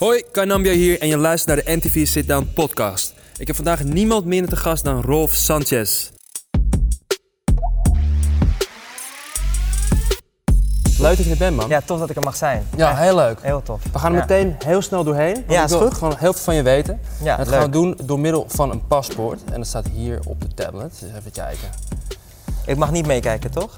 Hoi, Kainambia hier en je luistert naar de NTV Sit Down podcast. Ik heb vandaag niemand minder te gast dan Rolf Sanchez. Leuk dat je er bent, man. Ja, tof dat ik er mag zijn. Ja, echt. heel leuk. Heel tof. We gaan er meteen heel snel doorheen. Want Ja, ik is wil goed. gewoon heel veel van je weten. Ja, En dat leuk. gaan we doen door middel van een paspoort. En dat staat hier op de tablet. Dus even kijken. Ik mag niet meekijken, toch?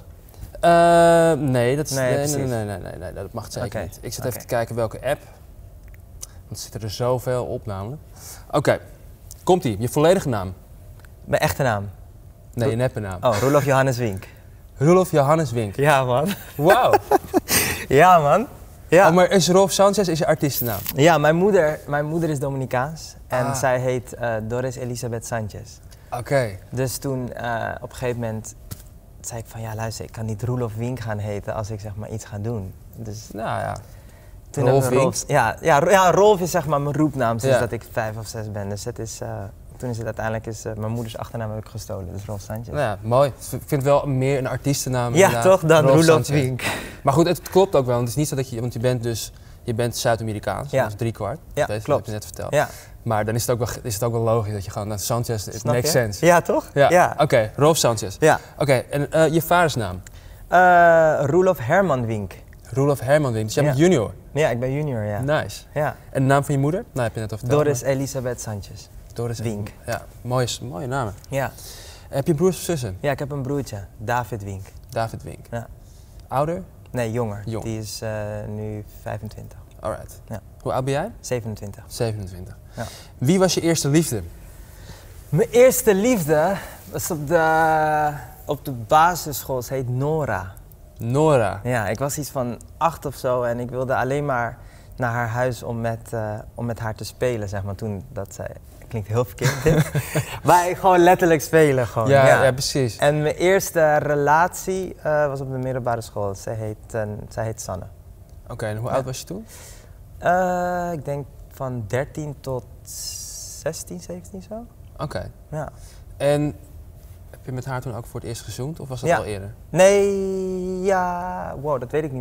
Nee, dat is, Nee, nee, precies. nee, dat mag zeker Oké, niet. Ik zit oké. even te kijken welke app. Want er zitten er zoveel op namelijk. Oké, komt-ie. Je volledige naam. Mijn echte naam. Nee, je neppe naam. Oh, Roelof Johannes Wink. Roelof Johannes Wink. Ja, man. Wauw. Ja, man. Ja, Oh, maar is Rolf Sanchez is je artiestennaam? ja mijn moeder is Dominicaans en zij heet Doris Elisabeth Sanchez. Oké. Dus toen op een gegeven moment zei ik van ja, luister, ik kan niet Roelof Wink gaan heten als ik zeg maar iets ga doen. Dus Nou ja. toen Rolf hebben we Wink. Ja, Rolf is zeg maar mijn roepnaam sinds Ja. dat ik 5 of 6 ben. Dus het is, toen is het uiteindelijk mijn moeders achternaam heb ik gestolen, dus Rolf Sanchez. Nou ja, mooi. Ik vind het wel meer een artiestennaam. Ja, inderdaad. toch? Dan Rolf Roelof Sanchez. Wink. Maar goed, het klopt ook wel. Want het is niet zo dat je je bent Zuid-Amerikaans, Ja. dat is 3/4. Ja, dat klopt. heb je net verteld. Ja. Maar dan is het ook wel logisch dat je gewoon naar Sanchez, it Snap makes je? sense. Ja, toch? Ja. Ja. Oké, Rolf Sanchez. Ja. Oké, en je vadersnaam? Roelof Herman Wink. Roelof Herman Wink. Dus jij Ja. bent junior. Ja, ik ben junior, ja. Nice. Ja. En de naam van je moeder? Nou, heb je net al verteld. Doris Elisabeth Sanchez. Doris Wink. Ja, mooie namen. Ja. Heb je broers of zussen? Ja, ik heb een broertje, David Wink. David Wink. Ja. Ouder? Nee, jonger. Jong. Die is nu 25. Alright. Ja. Hoe oud ben jij? 27. 27. Ja. Wie was je eerste liefde? Mijn eerste liefde was op de basisschool. Ze heet Nora. Nora. Ja, ik was iets van 8 of zo en ik wilde alleen maar naar haar huis om met haar te spelen, zeg maar. Toen dat zij... Klinkt heel verkeerd, dit. Maar gewoon letterlijk spelen gewoon. Ja, precies. En mijn eerste relatie was op de middelbare school. Zij heet Sanne. Oké, en hoe oud was je toen? Ik denk van 13 tot 16, 17 zo. Oké. Ja. En heb je met haar toen ook voor het eerst gezoend of was dat Ja. al eerder? Nee, ja, wow, dat weet ik niet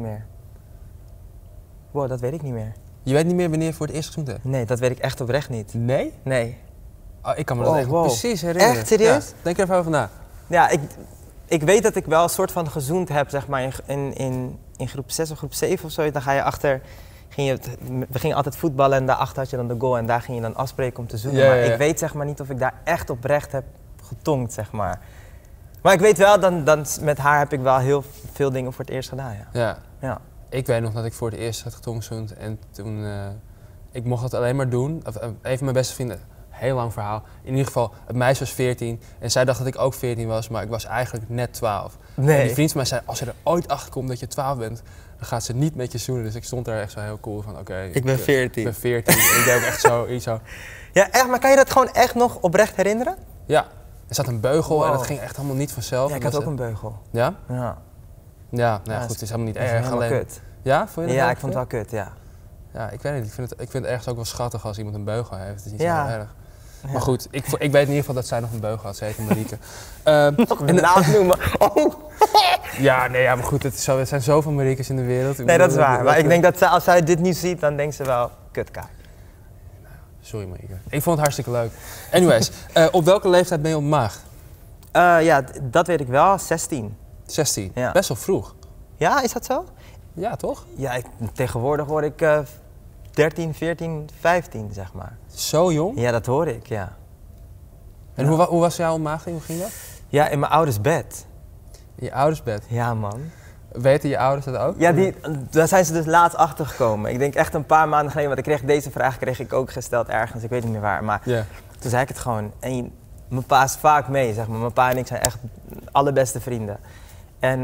meer. Je weet niet meer wanneer je voor het eerst gezoend hebt? Nee, dat weet ik echt oprecht niet. Nee? Nee. Oh, ik kan me dat Oh, echt wow. precies herinneren. Echt, serieus? Ja, denk er even over na. Ja, ik weet dat ik wel een soort van gezoend heb, zeg maar, in groep 6 of groep 7 of zo. Dan ga je achter, we gingen altijd voetballen en daarachter had je dan de goal en daar ging je dan afspreken om te zoenen. Ja, maar ja, ja. ik weet zeg maar niet of ik daar echt oprecht heb getongd, zeg maar. Maar ik weet wel, dan met haar heb ik wel heel veel dingen voor het eerst gedaan, ja. Ja. Ja. Ik weet nog dat ik voor het eerst had getongzoend en toen, ik mocht het alleen maar doen. Een van mijn beste vrienden, heel lang verhaal. In ieder geval, het meisje was 14 en zij dacht dat ik ook 14 was, maar ik was eigenlijk net 12. Nee. En die vriend van mij zei, als je er ooit achter komt dat je 12 bent, dan gaat ze niet met je zoenen. Dus ik stond daar echt zo heel cool van, oké. Ik ben 14. Ik ben 14 en ik deed ook echt zo. Ja, echt? Maar kan je dat gewoon echt nog oprecht herinneren? Ja, er zat een beugel en Wow. dat ging echt helemaal niet vanzelf. Ja, ik Dat had ook was een beugel. Ja? Ja. Ja, nou ja, Ja, goed, het is helemaal niet Dat is erg. helemaal Alleen... kut. Ja, vond je dat Ja, heel ik vond het kut? wel kut, ja. Ja, ik weet niet. Ik vind het ergens ook wel schattig als iemand een beugel heeft. Het is niet Ja. zo heel erg. Ja. Maar goed, ik weet in ieder geval dat zij nog een beugel had. Ze heette Marieke. Nog een naam noemen. Oh. Ja, maar goed, er zijn zoveel Mariekes in de wereld. Nee, dat is waar. Maar ik denk dat als zij dit niet ziet, dan denkt ze wel, kutkaart. Sorry Marieke. Ik vond het hartstikke leuk. Anyways, op welke leeftijd ben je op maagd? Ja, dat weet ik wel, 16. 16. Ja. Best wel vroeg. Ja, is dat zo? Ja, toch? Ja, tegenwoordig hoor ik 13, 14, 15, zeg maar. Zo jong? Ja, dat hoor ik, ja. En Ja. hoe was jouw ontmaagding? Hoe ging dat? Ja, in mijn ouders bed. In je ouders bed. Ja, man. Weten je ouders dat ook? Ja, daar zijn ze dus laatst achter gekomen. Ik denk echt een paar maanden geleden, want deze vraag kreeg ik ook gesteld ergens, ik weet niet meer waar. Maar Ja. toen zei ik het gewoon. En mijn pa is vaak mee, zeg maar. Mijn pa en ik zijn echt allerbeste vrienden. En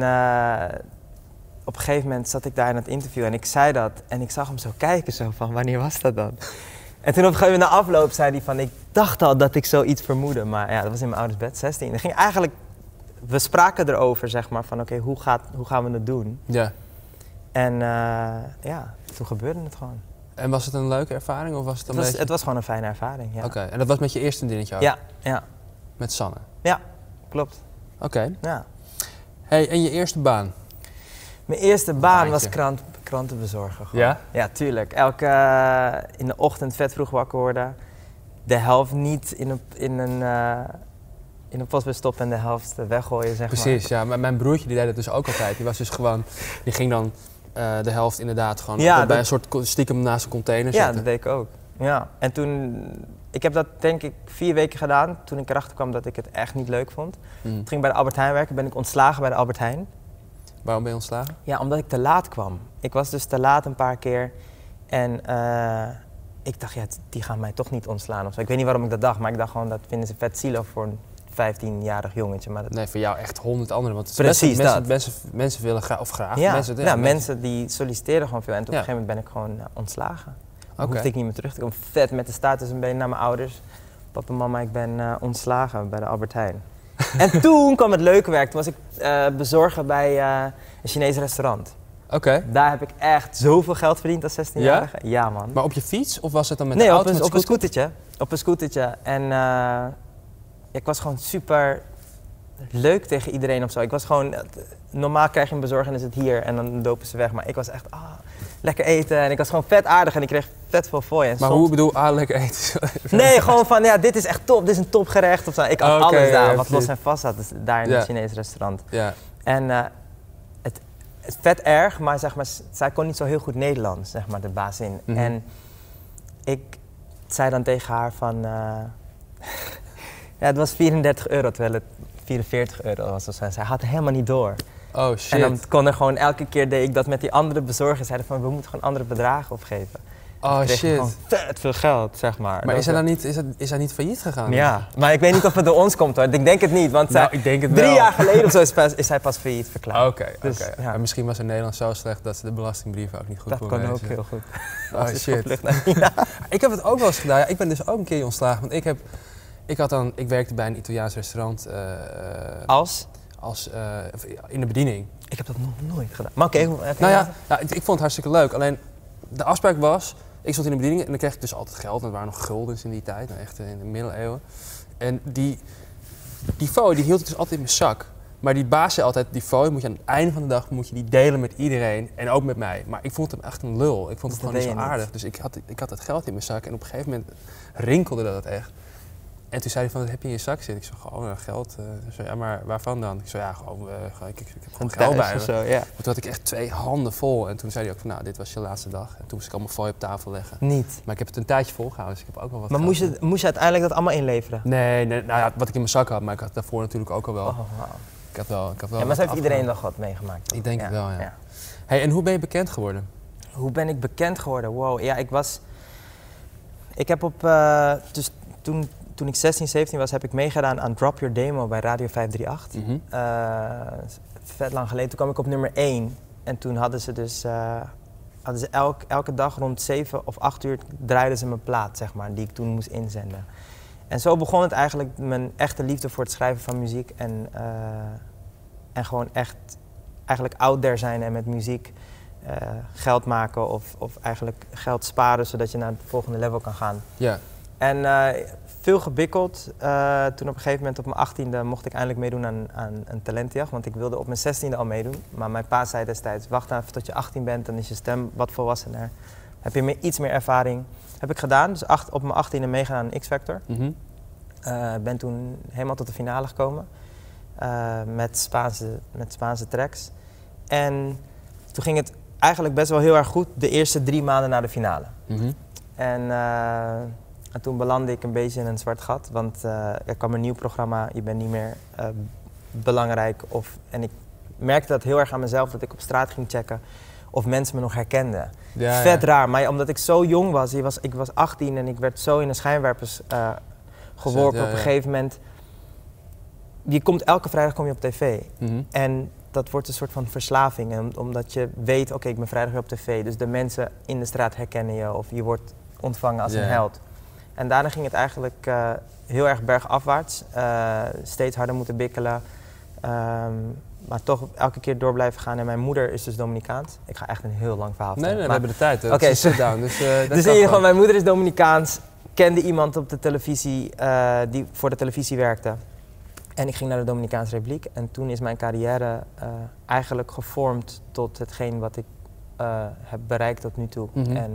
op een gegeven moment zat ik daar in het interview en ik zei dat. En ik zag hem zo kijken, zo van, wanneer was dat dan? En toen op een gegeven moment na afloop zei hij van, ik dacht al dat ik zoiets vermoedde. Maar ja, dat was in mijn ouders bed, 16. Er ging eigenlijk, we spraken erover, zeg maar, van oké, hoe gaan we het doen? Ja. En ja, toen gebeurde het gewoon. En was het een leuke ervaring of was het een beetje... Het was gewoon een fijne ervaring, ja. Oké, en dat was met je eerste vriendinnetje ook? Ja, Met Sanne? ja, klopt. Oké. Ja. Hey, en je eerste baan? Mijn eerste baan Baantje. was Krantenbezorger gewoon. Ja? Ja, tuurlijk. In de ochtend vet vroeg wakker worden. De helft niet in een postbus stoppen en de helft weggooien, zeg maar. Precies, ja. Maar mijn broertje die deed dat dus ook altijd. Die ging dan de helft inderdaad gewoon bij een soort stiekem naast een container zetten. Ja, dat deed ik ook. Ja. En ik heb dat denk ik 4 weken gedaan, toen ik erachter kwam dat ik het echt niet leuk vond. Toen ging ik bij de Albert Heijn werken, ben ik ontslagen bij de Albert Heijn. Waarom ben je ontslagen? Ja, omdat ik te laat kwam. Ik was dus te laat een paar keer en ik dacht, ja, die gaan mij toch niet ontslaan of zo. Ik weet niet waarom ik dat dacht, maar ik dacht gewoon, dat vinden ze vet zielig voor een 15-jarig jongetje. Maar Nee, voor jou echt 100 anderen. Want het is precies mensen willen graag. Ja, mensen die solliciteren gewoon veel. En op een gegeven moment ben ik gewoon ontslagen. Dan hoefde ik niet meer terug te komen. Vet met de staart tussen mijn benen naar mijn ouders. Papa en mama, ik ben ontslagen bij de Albert Heijn. En toen kwam het leuke werk. Toen was ik bezorger bij een Chinees restaurant. Oké. Daar heb ik echt zoveel geld verdiend als 16-jarige. Ja, man. Maar op je fiets of was het dan met de auto? Nee, op een scootertje. Op een scootertje. En ik was gewoon super leuk tegen iedereen of zo. Ik was gewoon, normaal krijg je een bezorger en is het hier en dan dopen ze weg. Maar ik was echt, lekker eten en ik was gewoon vet aardig en ik kreeg vet veel fooi. Maar hoe bedoel lekker eten? Nee, gewoon van, ja, dit is echt top, dit is een topgerecht of zo. Ik had alles daar, wat los en vast zat, dus daar in het Chinese restaurant. Ja. En het vet erg, maar zeg maar, zij kon niet zo heel goed Nederlands, zeg maar, de bazin. En ik zei dan tegen haar van, ja, het was €34, terwijl het €44 was of zo. Zij had het helemaal niet door. Oh shit. En dan kon er gewoon, elke keer deed ik dat met die andere bezorgers. Zeiden van, we moeten gewoon andere bedragen opgeven. Oh dus shit. Gewoon vet veel geld, zeg maar. Maar is hij niet failliet gegaan? Ja, maar ik weet niet of het door ons komt hoor. Ik denk het niet, want ik denk het 3 jaar geleden of zo is hij pas failliet verklaard. Oké. Dus, ja. Maar misschien was het Nederlands zo slecht dat ze de belastingbrieven ook niet goed konden lezen. Dat kan ook heel goed. Oh shit. Ik heb het ook wel eens gedaan. Ja, ik ben dus ook een keer ontslagen. Want ik werkte bij een Italiaans restaurant. In de bediening. Ik heb dat nog nooit gedaan. Maar oké, ik vond het hartstikke leuk. Alleen de afspraak was, ik stond in de bediening en dan kreeg ik dus altijd geld. En het waren nog guldens in die tijd, echt in de middeleeuwen. En die fooi die hield ik dus altijd in mijn zak. Maar die baas zei altijd, die fooi moet je aan het einde van de dag die delen met iedereen en ook met mij. Maar ik vond hem echt een lul. Ik vond het gewoon niet zo aardig. Dus ik had het geld in mijn zak en op een gegeven moment rinkelde dat echt. En toen zei hij van, dat heb je in je zak zitten? Ik zei, gewoon geld. Zei, ja, maar waarvan dan? Ik zei, ja, gewoon, ik heb gewoon geld bij me. Zo, ja. Toen had ik echt 2 handen vol. En toen zei hij ook van, nou, dit was je laatste dag. En toen moest ik allemaal fooi op tafel leggen. Niet? Maar ik heb het een tijdje volgehouden, dus ik heb ook wel wat Maar moest je uiteindelijk dat allemaal inleveren? Nee, nou ja, wat ik in mijn zak had. Maar ik had daarvoor natuurlijk ook al wel. Ik had wel ja, maar zo heeft iedereen nog wat meegemaakt. Ik denk het wel, ja. Hey, en hoe ben je bekend geworden? Hoe ben ik bekend geworden? Wow, ja, ik heb dus toen ik 16, 17 was, heb ik meegedaan aan Drop Your Demo bij Radio 538. Vet lang geleden. Toen kwam ik op nummer 1. En toen hadden ze dus elke dag rond 7 of 8 uur draaiden ze mijn plaat, zeg maar, die ik toen moest inzenden. En zo begon het eigenlijk, mijn echte liefde voor het schrijven van muziek. En gewoon echt eigenlijk out there zijn en met muziek geld maken of eigenlijk geld sparen, zodat je naar het volgende level kan gaan. Ja. En veel gebikkeld. Toen op een gegeven moment op mijn 18e mocht ik eindelijk meedoen aan een talentenjacht. Want ik wilde op mijn 16e al meedoen. Maar mijn pa zei destijds, wacht even tot je 18 bent, dan is je stem wat volwassener. Heb je iets meer ervaring. Heb ik gedaan, dus op mijn 18e meegedaan aan X-Factor. Ben toen helemaal tot de finale gekomen. Met Spaanse tracks. En toen ging het eigenlijk best wel heel erg goed de eerste 3 maanden na de finale. En toen belandde ik een beetje in een zwart gat, want er kwam een nieuw programma, je bent niet meer belangrijk. En ik merkte dat heel erg aan mezelf, dat ik op straat ging checken of mensen me nog herkenden. Ja, vet raar, maar omdat ik zo jong was, ik was 18 en ik werd zo in de schijnwerpers geworpen. Op een gegeven moment, elke vrijdag kom je op tv. En dat wordt een soort van verslaving, omdat je weet, oké, ik ben vrijdag weer op tv, dus de mensen in de straat herkennen je of je wordt ontvangen als een held. En daarna ging het eigenlijk heel erg bergafwaarts, steeds harder moeten bikkelen, maar toch elke keer door blijven gaan. En mijn moeder is dus Dominicaans. Ik ga echt een heel lang verhaal vertellen. Nee, we hebben de tijd. Oké, sit down. Dus in ieder geval, mijn moeder is Dominicaans, kende iemand op de televisie die voor de televisie werkte. En ik ging naar de Dominicaanse Republiek en toen is mijn carrière eigenlijk gevormd tot hetgeen wat ik heb bereikt tot nu toe. Mhm. En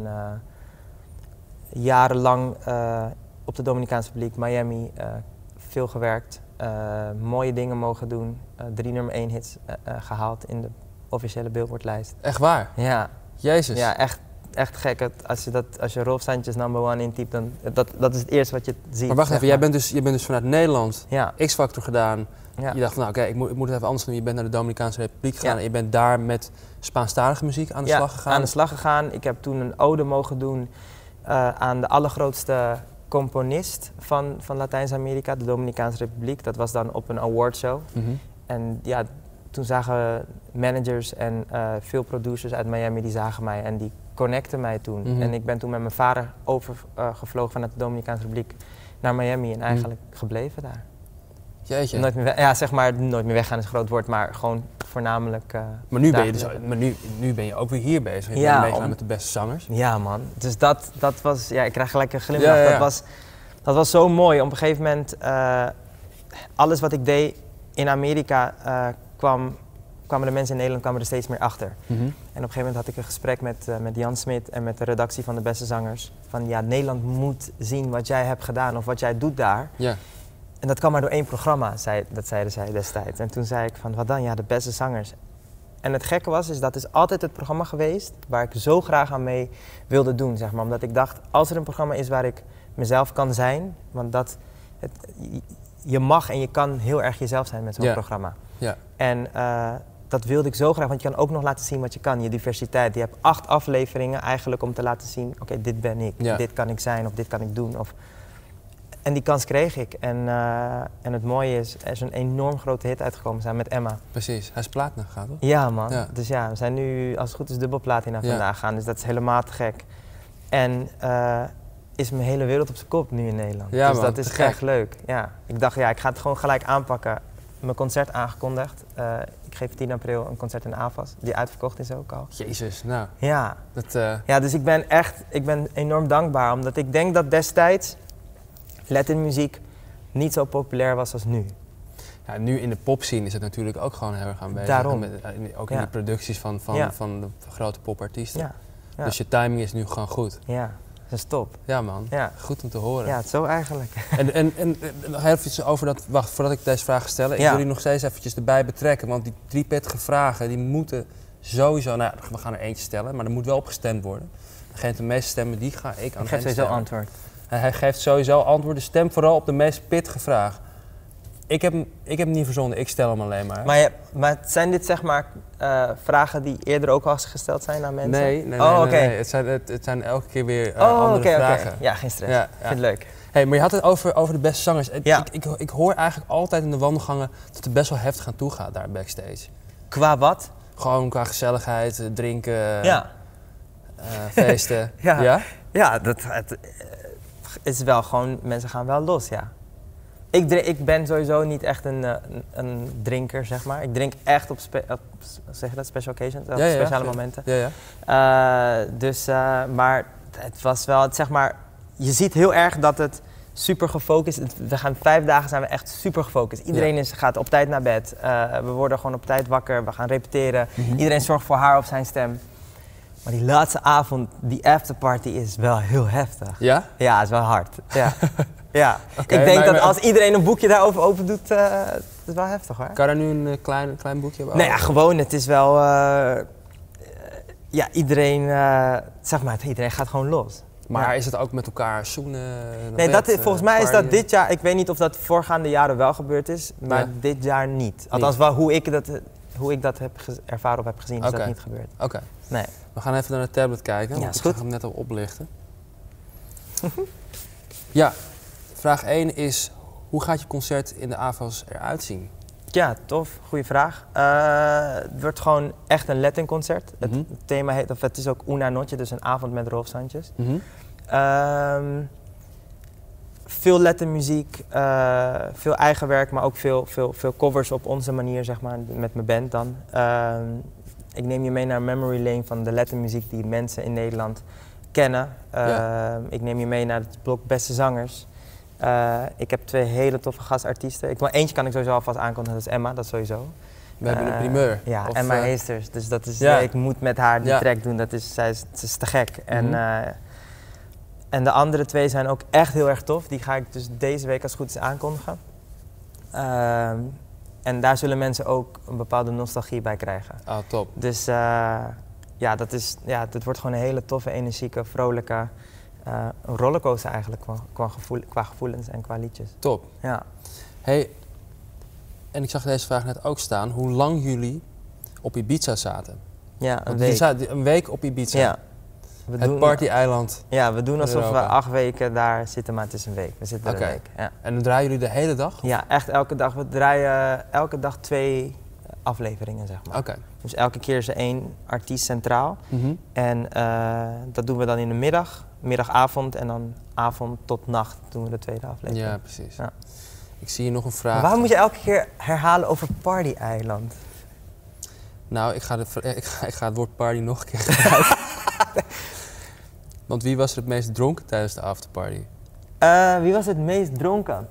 jarenlang op de Dominicaanse Republiek, Miami, veel gewerkt. Mooie dingen mogen doen. 3 nummer 1 hits gehaald in de officiële Billboardlijst. Echt waar? Ja, Jezus. ja echt gek. Als je Rolf Sanchez number 1 intypt, dan dat is het eerste wat je ziet. Maar wacht zeg even, jij bent dus vanuit Nederland Ja. X-Factor gedaan. Ja. Je dacht van, nou oké, ik moet het even anders doen. Je bent naar de Dominicaanse Republiek gegaan Ja. en je bent daar met Spaanstalige muziek aan de slag gegaan. Aan de slag gegaan. Ik heb toen een ode mogen doen aan de allergrootste componist van Latijns-Amerika, de Dominicaanse Republiek. Dat was dan op een awardshow. Mhm. En ja, toen zagen managers en veel producers uit Miami, die zagen mij en die connecten mij toen. Mhm. En ik ben toen met mijn vader overgevlogen vanuit de Dominicaanse Republiek naar Miami en eigenlijk gebleven daar. Jeetje. Nooit meer ja, zeg maar, nooit meer weggaan is een groot woord, maar gewoon voornamelijk Maar nu ben je daar nu ben je ook weer hier bezig. Je Ja, bent meegegaan met de beste zangers. Ja man, dus dat was, ja ik krijg gelijk een glimlach. Ja. Dat was zo mooi. Op een gegeven moment, alles wat ik deed in Amerika, kwamen de mensen in Nederland kwamen er steeds meer achter. Mhm. En op een gegeven moment had ik een gesprek met Jan Smit en met de redactie van de Beste Zangers. Van ja, Nederland moet zien wat jij hebt gedaan of wat jij doet daar. Ja. En dat kan maar door 1 programma, dat zeiden zij destijds. En toen zei ik van, wat dan? Ja, de Beste Zangers. En het gekke is dat is altijd het programma geweest waar ik zo graag aan mee wilde doen, zeg maar. Omdat ik dacht, als er een programma is waar ik mezelf kan zijn, want je mag en je kan heel erg jezelf zijn met zo'n programma. Ja. En dat wilde ik zo graag, want je kan ook nog laten zien wat je kan, je diversiteit. Je hebt 8 afleveringen eigenlijk om te laten zien, oké, dit ben ik, dit kan ik zijn of dit kan ik doen. En die kans kreeg ik. En het mooie is, er is een enorm grote hit uitgekomen samen met Emma. Precies, hij is platina gegaan, toch? Ja man, Ja. Dus ja, we zijn nu als het goed is dubbelplatina Ja. vandaag gaan, dus dat is helemaal te gek. En is mijn hele wereld op zijn kop nu in Nederland. Ja, dus man, dat is te gek. echt leuk. Ja. Ik dacht, ja, ik ga het gewoon gelijk aanpakken. Mijn concert aangekondigd. Ik geef 10 april een concert in AFAS, die uitverkocht is ook al. Jezus, nou. Ja, Dat, ja dus ik ben enorm dankbaar, omdat ik denk dat destijds Latin muziek niet zo populair was als nu. ja, nu in de popscene is het natuurlijk ook gewoon heel erg aanwezig. Daarom. Ook in Ja. die producties van de grote popartiesten. Ja. Ja. Dus je timing is nu gewoon goed. Ja, dat is top. Ja man, Ja. goed om te horen. Ja, zo eigenlijk. En nog even iets over dat, wacht, voordat ik deze vraag stel. Ik Ja. wil die nog steeds eventjes erbij betrekken, want die 3 pittige vragen, die moeten sowieso, nou ja, we gaan er eentje stellen, maar er moet wel op gestemd worden. Degene met de meeste stemmen, die ga ik aan Ik het geef eind sowieso stellen. antwoord. Hij geeft sowieso antwoorden, stem vooral op de meest pittige vraag. Ik heb hem niet verzonnen, ik stel hem alleen maar. Maar zijn dit zeg maar vragen die eerder ook al gesteld zijn aan mensen? Nee. oké. Het zijn elke keer weer andere vragen. Oké. Ja, geen stress. Ja, Ik vind het leuk. Hey, maar je had het over de beste zangers. Ja. Ik hoor eigenlijk altijd in de wandelgangen dat het best wel heftig aan toe gaat daar backstage. Qua wat? Gewoon qua gezelligheid, drinken, Ja. feesten. Ja. Ja? Ja, het is wel gewoon, mensen gaan wel los, ja. Ik ben sowieso niet echt een drinker, zeg maar. Ik drink echt op zeg je dat, special occasions, op speciale momenten. Ja, ja. Maar het was wel, zeg maar, je ziet heel erg dat het super gefocust is. We gaan 5 dagen zijn we echt super gefocust. Iedereen gaat op tijd naar bed. We worden gewoon op tijd wakker. We gaan repeteren. Iedereen zorgt voor haar of zijn stem. Maar die laatste avond, die afterparty is wel heel heftig. Ja? Ja, is wel hard. Ja. Ja. Oké, Ik denk maar- dat als iedereen een boekje daarover open doet, het is wel heftig hoor. Kan je daar nu een klein boekje hebben? Nee, ja, gewoon, het is wel, ja, iedereen, zeg maar, iedereen gaat gewoon los. Maar Ja. is het ook met elkaar zoenen? Nee, volgens mij is dat partyen? dit jaar, ik weet niet of dat voorgaande jaren wel gebeurd is, maar Ja. dit jaar niet. Althans, wel hoe ik dat heb ervaren of heb gezien, is Oké. dat niet gebeurd. Oké. Nee. We gaan even naar de tablet kijken, Ja, want is ik zag goed. hem net al oplichten. Ja, vraag 1 is, hoe gaat je concert in de AFAS eruit zien? Ja, tof. Goeie vraag. Het wordt gewoon echt een Latin concert. Mhm. Het thema heet, of het is ook Una Noche, dus een avond met Rolf Sanchez. Mhm. Veel Latin muziek, veel eigen werk, maar ook veel covers op onze manier, zeg maar, met mijn band dan. Ik neem je mee naar Memory Lane van de Latin muziek die mensen in Nederland kennen. Ik neem je mee naar het blok Beste Zangers. Ik heb 2 hele toffe gastartiesten. Eentje kan ik sowieso alvast aankondigen, dat is Emma, dat sowieso. We hebben een primeur. Ja, Of, Emma Heesters. Dus dat is, ja. ik moet met haar die Ja. track doen. Ze is te gek. Mhm. En de andere 2 zijn ook echt heel erg tof. Die ga ik dus deze week als het goed is aankondigen. En daar zullen mensen ook een bepaalde nostalgie bij krijgen. Ah, top. Dus het wordt gewoon een hele toffe, energieke, vrolijke rollercoaster eigenlijk qua gevoelens en qua liedjes. Top. Ja. Hey, en ik zag deze vraag net ook staan, hoe lang jullie op Ibiza zaten. Ja, een Want week. jullie zaten een week op Ibiza. Ja. Het party-eiland. Ja, we doen alsof we Europa. 8 weken daar zitten, maar het is een week. We zitten er Oké. een week. Ja. En dan draaien jullie de hele dag? Ja, echt elke dag. We draaien elke dag 2 afleveringen, zeg maar. Oké. Dus elke keer is er 1 artiest centraal. Mhm. En dat doen we dan in de middag, middagavond en dan avond tot nacht doen we de tweede aflevering. Ja, precies. Ja. Ik zie hier nog een Maar vraag. waarom moet je elke keer herhalen over Party Eiland? Nou, ik ga het woord party nog een keer gebruiken. Want wie was er het meest dronken tijdens de afterparty? Wie was het meest dronken?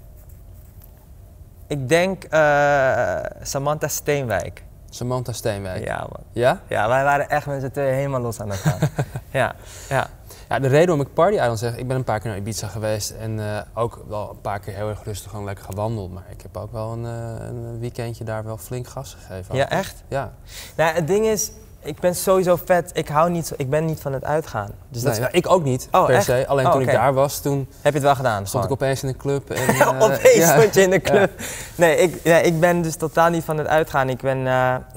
Ik denk Samantha Steenwijk. Samantha Steenwijk. Ja, man. Ja? Ja, wij waren echt met z'n tweeën helemaal los aan het gaan. Ja. Ja, de reden waarom ik Party Island zeg, ik ben een paar keer naar Ibiza geweest en ook wel een paar keer heel erg rustig gewoon lekker gewandeld. Maar ik heb ook wel een weekendje daar wel flink gas gegeven. Ja, echt? Ja. Nou, het ding is, ik ben sowieso vet. Ik ben niet van het uitgaan. Dus Nee, dat nou, ik ook niet, Oh, per echt? se. Alleen Oh, toen oké. ik daar was, toen heb je het wel gedaan? stond ik gewoon? opeens in een club. En, Opeens ja. stond je in de club. Nee, ik ben dus totaal niet van het uitgaan. Ik ben,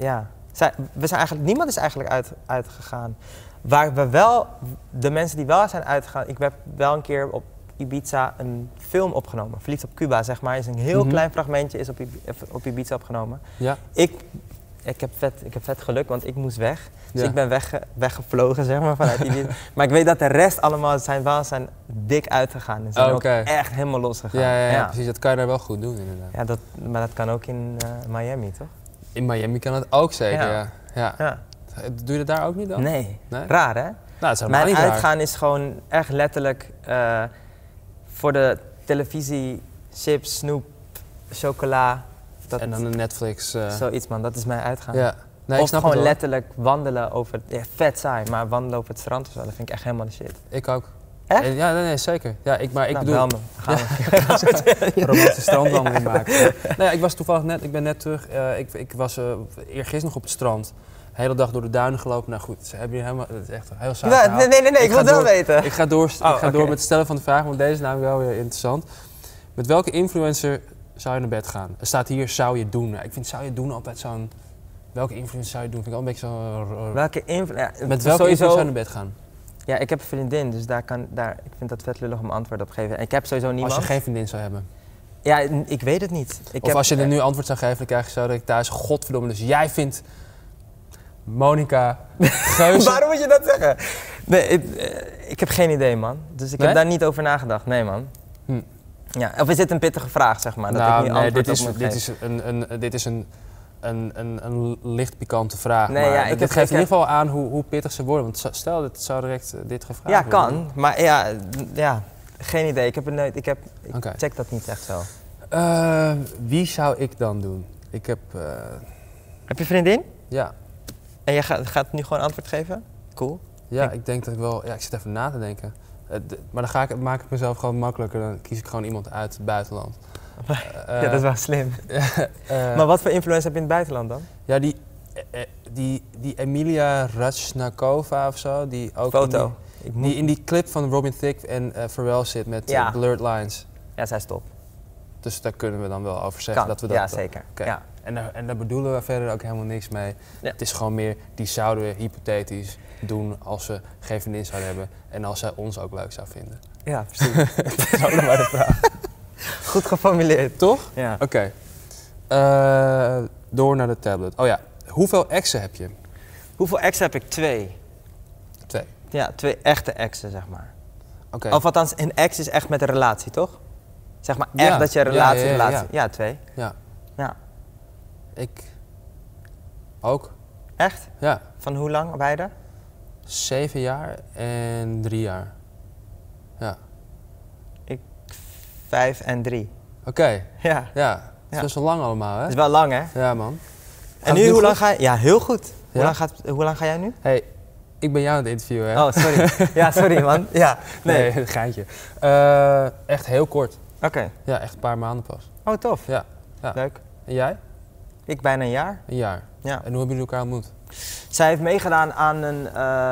we zijn eigenlijk, niemand is eigenlijk uitgegaan. Waar we wel, de mensen die wel zijn uitgegaan, ik heb wel een keer op Ibiza een film opgenomen. Verliefd op Cuba, zeg maar. Is een heel klein fragmentje, is op Ibiza opgenomen. Ja. Ik heb vet geluk, want ik moest weg. Dus Ja. ik ben weggevlogen, zeg maar, vanuit Ibiza. Maar ik weet dat de rest allemaal zijn dik uitgegaan. En zijn ook echt helemaal losgegaan. Ja, precies. Dat kan je daar wel goed doen, inderdaad. Ja, maar dat kan ook in Miami, toch? In Miami kan het ook zeker, Ja. ja. Doe je dat daar ook niet dan? Nee. Nee? Raar, hè? Nou, dat is helemaal Mijn niet raar. uitgaan is gewoon echt letterlijk voor de televisie, chips, snoep, chocola. En dan een Netflix. Zoiets, man. Dat is mijn uitgaan. Ja. Nee, ik Of snap gewoon het wel. letterlijk wandelen over... Ja, vet saai, maar wandelen over het strand of zo, dat vind ik echt helemaal de shit. Ik ook. Echt? Ja, nee, zeker. Ja, ik Nou, bedoel... bel me. Gaan we. Een romantische strandwandeling maken. Ja. Nou ja, ik was toevallig ik ben net terug. Ik was eergisteren nog op het strand. De hele dag door de duinen gelopen. Nou goed, ze hebben hier helemaal... Het is echt een heel saai Ja, verhaal. nee, ik wil het wel weten. Ik ga door oké. met het stellen van de vraag, want deze is namelijk wel weer interessant. Met welke influencer zou je naar bed gaan? Er staat hier, zou je doen. Nou, ik vind zou je doen altijd zo'n... Welke influencer zou je doen? Vind ik al een beetje zo... Welke invloed? Met welke influencer zou je naar bed gaan? Ja, ik heb een vriendin, dus ik vind dat vet lullig om antwoord op te geven. En ik heb sowieso niemand. Als je geen vriendin zou hebben. Ja, ik weet het niet. Of als je er nu antwoord zou geven, dan krijg je zo dat ik thuis, godverdomme, dus jij vindt Monica Geuze... Waarom moet je dat zeggen? Nee, ik heb geen idee, man. Dus ik heb daar niet over nagedacht. Nee, man. Ja, of is dit een pittige vraag, zeg maar? Dat ik nu antwoord op moet geven? Dit is een licht pikante vraag. Nee, maar ja, dit geeft in ieder geval aan hoe pittig ze worden. Want stel dat het zou direct dit gevraagd Ja, worden. kan. Maar ja, geen idee. Ik Oké. check dat niet echt zo. Wie zou ik dan doen? Ik heb... Heb je een vriendin? Ja. En jij gaat nu gewoon antwoord geven? Cool. Ja, ik denk dat ik wel... Ja, ik zit even na te denken. Maar dan maak ik mezelf gewoon makkelijker. Dan kies ik gewoon iemand uit het buitenland. Ja, dat is wel slim. Maar wat voor influencer heb je in het buitenland dan? Ja, die Emilia Rajsnakova of zo, die ook Foto. die in die clip van Robin Thicke en Pharrell zit met Blurred Lines. Ja, zij is top. Dus daar kunnen we dan wel over zeggen dat we dat... Ja, zeker. Okay. Ja. En daar bedoelen we verder ook helemaal niks mee. Ja. Het is gewoon meer, die zouden we hypothetisch doen als we geen vriendin zouden hebben. En als zij ons ook leuk zou vinden. Ja, precies. Dat is ook nog maar de vraag. Goed geformuleerd. Toch? Ja. Oké. Door naar de tablet. Oh ja, hoeveel exen heb je? Hoeveel exen heb ik? 2. 2. Ja, 2 echte exen, zeg maar. Oké. Of althans, een ex is echt met een relatie, toch? Zeg maar echt dat je een relatie... Ja, 2. Ja. Ja. Ik ook. Echt? Ja. Van hoe lang beide? 7 jaar en 3 jaar. Ja. 5 en 3. Oké. Ja. Ja. Het is best wel lang allemaal, hè? Dat is wel lang, hè? Ja, man. En nu, hoe lang ga je... Ja, heel goed. Ja? Hoe lang ga jij nu? Hey, ik ben jou aan het interviewen, hè? Oh, sorry. Ja, sorry man. Ja, Nee, een geintje. Echt heel kort. Oké. Ja, echt een paar maanden pas. Oh, tof. Ja. Ja. Leuk. En jij? Ik bijna een jaar. Een jaar. Ja. En hoe hebben jullie elkaar ontmoet? Zij heeft meegedaan aan een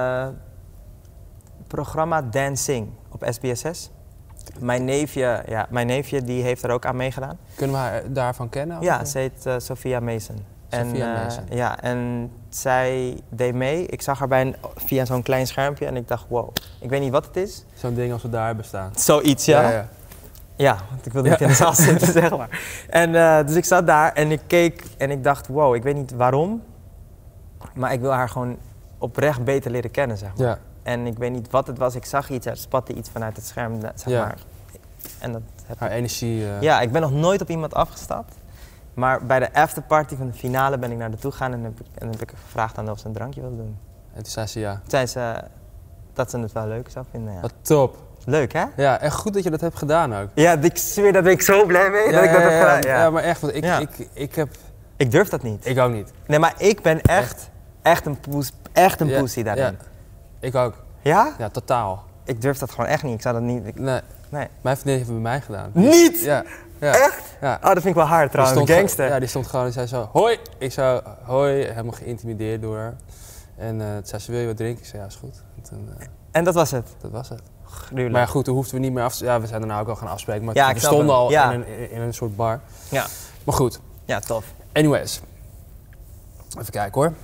programma Dancing op SBS6. Mijn neefje die heeft er ook aan meegedaan. Kunnen we haar daarvan kennen? Ja, ze heet Sophia Mason. Sophia Mason. Ja, en zij deed mee. Ik zag haar via zo'n klein schermpje en ik dacht, wow, ik weet niet wat het is. Zo'n ding als we daar hebben staan. Zoiets, ja. Ja. Ja, want ik wilde niet in de zaal zitten, zeg maar. En dus ik zat daar en ik keek en ik dacht, wow, ik weet niet waarom, maar ik wil haar gewoon oprecht beter leren kennen, zeg maar. Ja. En ik weet niet wat het was, ik zag iets, er spatte iets vanuit het scherm, zeg maar. En dat Haar energie. Ja, ik ben nog nooit op iemand afgestapt. Maar bij de afterparty van de finale ben ik naar haar toe gegaan en heb ik gevraagd aan of ze een drankje wilde doen. En toen zei ze ja. Toen zei ze dat ze het wel leuk zou vinden, ja. Wat top. Leuk, hè? Ja, echt goed dat je dat hebt gedaan ook. Ja, ik zweer, daar ben ik zo blij mee dat ik dat heb gedaan. Ja, maar echt, want ik heb... Ik durf dat niet. Ik ook niet. Nee, maar ik ben echt een poesie daarin. Ja, ik ook. Ja? Ja, totaal. Ik durf dat gewoon echt niet. Ik zou dat niet... Nee. Nee. Mijn vriendin heeft het bij mij gedaan. Niet? Ja. Ja. Echt? Ja. Oh, dat vind ik wel hard trouwens, Die gangster. Ja, die stond gewoon en zei zo, hoi. Ik zei, hoi, helemaal geïntimideerd door haar. En toen zei ze, wil je wat drinken? Ik zei, ja, is goed. En toen, En dat was het? Dat was het. Gruwelijk. Maar ja, goed, toen hoefden we niet meer af te... Ja, we zijn daarna ook al gaan afspreken, maar Ja, we stonden al ja. in een soort bar. Ja. Maar goed. Ja, tof. Anyways. Even kijken hoor.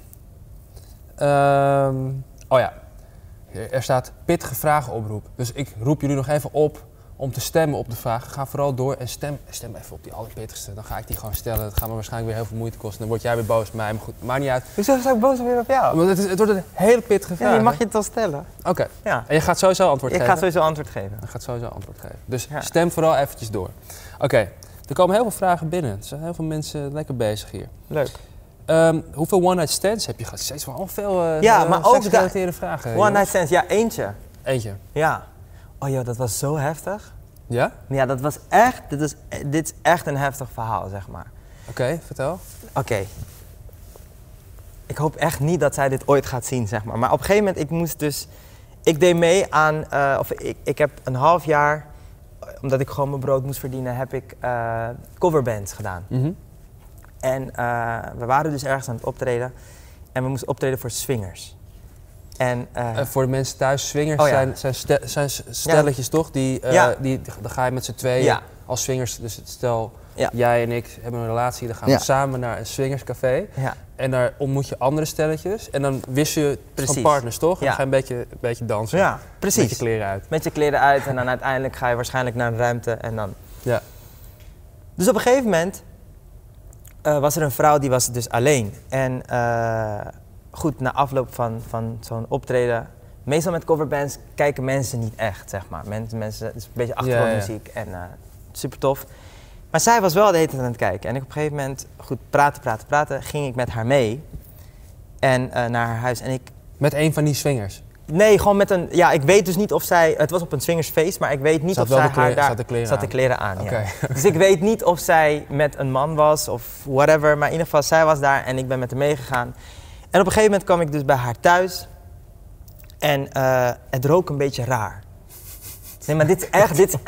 Oh ja. Er staat pittige vragenoproep. Dus ik roep jullie nog even op om te stemmen op de vraag. Ga vooral door en stem even op die allerpittigste. Dan ga ik die gewoon stellen. Dat gaat me waarschijnlijk weer heel veel moeite kosten. Dan word jij weer boos op mij. Maar goed, maakt niet uit. Hoezo zou ik boos weer op jou? Want het wordt een hele pittige vraag. Ja, je mag je het wel stellen. Oké. Ja. En je gaat sowieso antwoord Ik geven? ga sowieso antwoord geven. Je gaat sowieso antwoord geven. Dus Ja. stem vooral eventjes door. Oké. Er komen heel veel vragen binnen. Er zijn heel veel mensen lekker bezig hier. Leuk. Hoeveel one-night stands heb je gehad? Steeds wel veel maar ook seksgerelateerde vragen. One night stands, ja, eentje. Eentje. Ja. Oh joh, dat was zo heftig. Ja? Ja, dat was echt, dit is echt een heftig verhaal, zeg maar. Oké, vertel. Oké. Ik hoop echt niet dat zij dit ooit gaat zien, zeg maar. Maar op een gegeven moment, ik deed mee aan, ik heb een half jaar, omdat ik gewoon mijn brood moest verdienen, heb ik coverbands gedaan. Mm-hmm. En we waren dus ergens aan het optreden en we moesten optreden voor swingers. En, voor de mensen thuis, swingers oh ja. zijn stelletjes toch? Dan ga je met z'n tweeën als swingers, dus stel jij en ik hebben een relatie, dan gaan we samen naar een swingerscafé. Ja. En daar ontmoet je andere stelletjes en dan wissel je van partners toch? En dan ga je een beetje dansen. Ja, precies. Met je kleren uit. Met je kleren uit en dan uiteindelijk ga je waarschijnlijk naar een ruimte en dan... Ja. Dus op een gegeven moment was er een vrouw die was dus alleen. En goed, na afloop van zo'n optreden, meestal met coverbands kijken mensen niet echt, zeg maar. Mensen, het is een beetje achtergrondmuziek en super tof. Maar zij was wel de hele tijd aan het kijken. En ik op een gegeven moment, goed, praten, ging ik met haar mee. En naar haar huis. En ik... Met een van die swingers? Nee, gewoon met een... Ja, ik weet dus niet of zij... Het was op een swingersfeest, maar ik weet niet of zij haar daar... Zat de kleren aan, Okay. Ja. Dus ik weet niet of zij met een man was of whatever. Maar in ieder geval, zij was daar en ik ben met haar meegegaan. En op een gegeven moment kwam ik dus bij haar thuis. En het rook een beetje raar. Nee, maar dit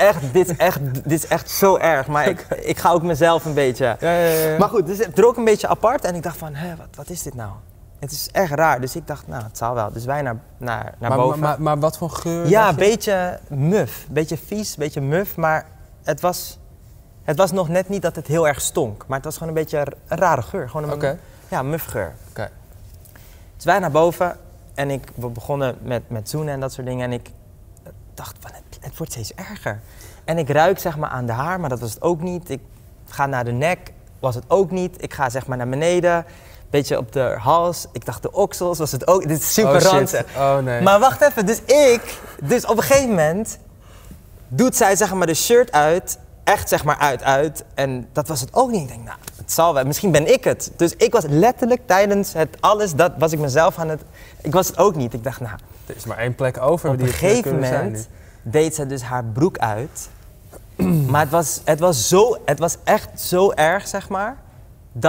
is echt zo erg. Maar ik ga ook mezelf een beetje... Ja. Maar goed, dus het rook een beetje apart. En ik dacht van, wat is dit nou? Het is echt raar. Dus ik dacht, nou, het zal wel. Dus wij naar boven. Maar wat voor geur? Ja, een beetje muf. Een beetje vies, een beetje muf. Maar het was nog net niet dat het heel erg stonk. Maar het was gewoon een beetje een rare geur. Gewoon een mufgeur. Okay. Dus wij naar boven. En we begonnen met zoenen en dat soort dingen. En ik dacht van, het wordt steeds erger. En ik ruik zeg maar aan de haar, maar dat was het ook niet. Ik ga naar de nek, was het ook niet. Ik ga zeg maar naar beneden. Beetje op de hals. Ik dacht de oksels, was het ook. Dit is super ranzig. Oh nee. Maar wacht even, dus op een gegeven moment doet zij zeg maar de shirt uit, echt zeg maar uit. En dat was het ook niet. Ik denk, nou, het zal wel. Misschien ben ik het. Dus ik was letterlijk tijdens het alles, dat was ik mezelf aan het... Ik was het ook niet. Ik dacht, nou... Er is maar één plek over op die een gegeven moment deed ze dus haar broek uit. Maar het was echt zo erg, zeg maar, dat